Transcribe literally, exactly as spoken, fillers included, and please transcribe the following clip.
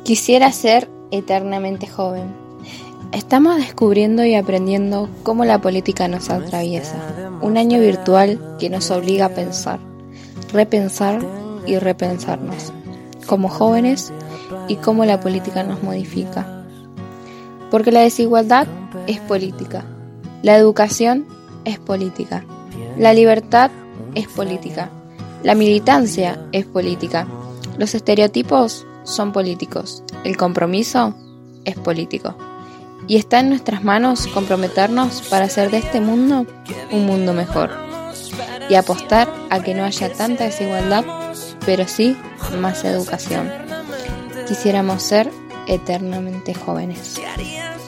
Quisiera ser eternamente joven. Estamos descubriendo y aprendiendo cómo la política nos atraviesa. Un año virtual que nos obliga a pensar, repensar y repensarnos, como jóvenes, y cómo la política nos modifica. Porque la desigualdad es política, la educación es política, la libertad es política, la militancia es política, los estereotipos son políticos, el compromiso es político. Y está en nuestras manos comprometernos para hacer de este mundo un mundo mejor. Y apostar a que no haya tanta desigualdad, pero sí más educación. Quisiéramos ser eternamente jóvenes.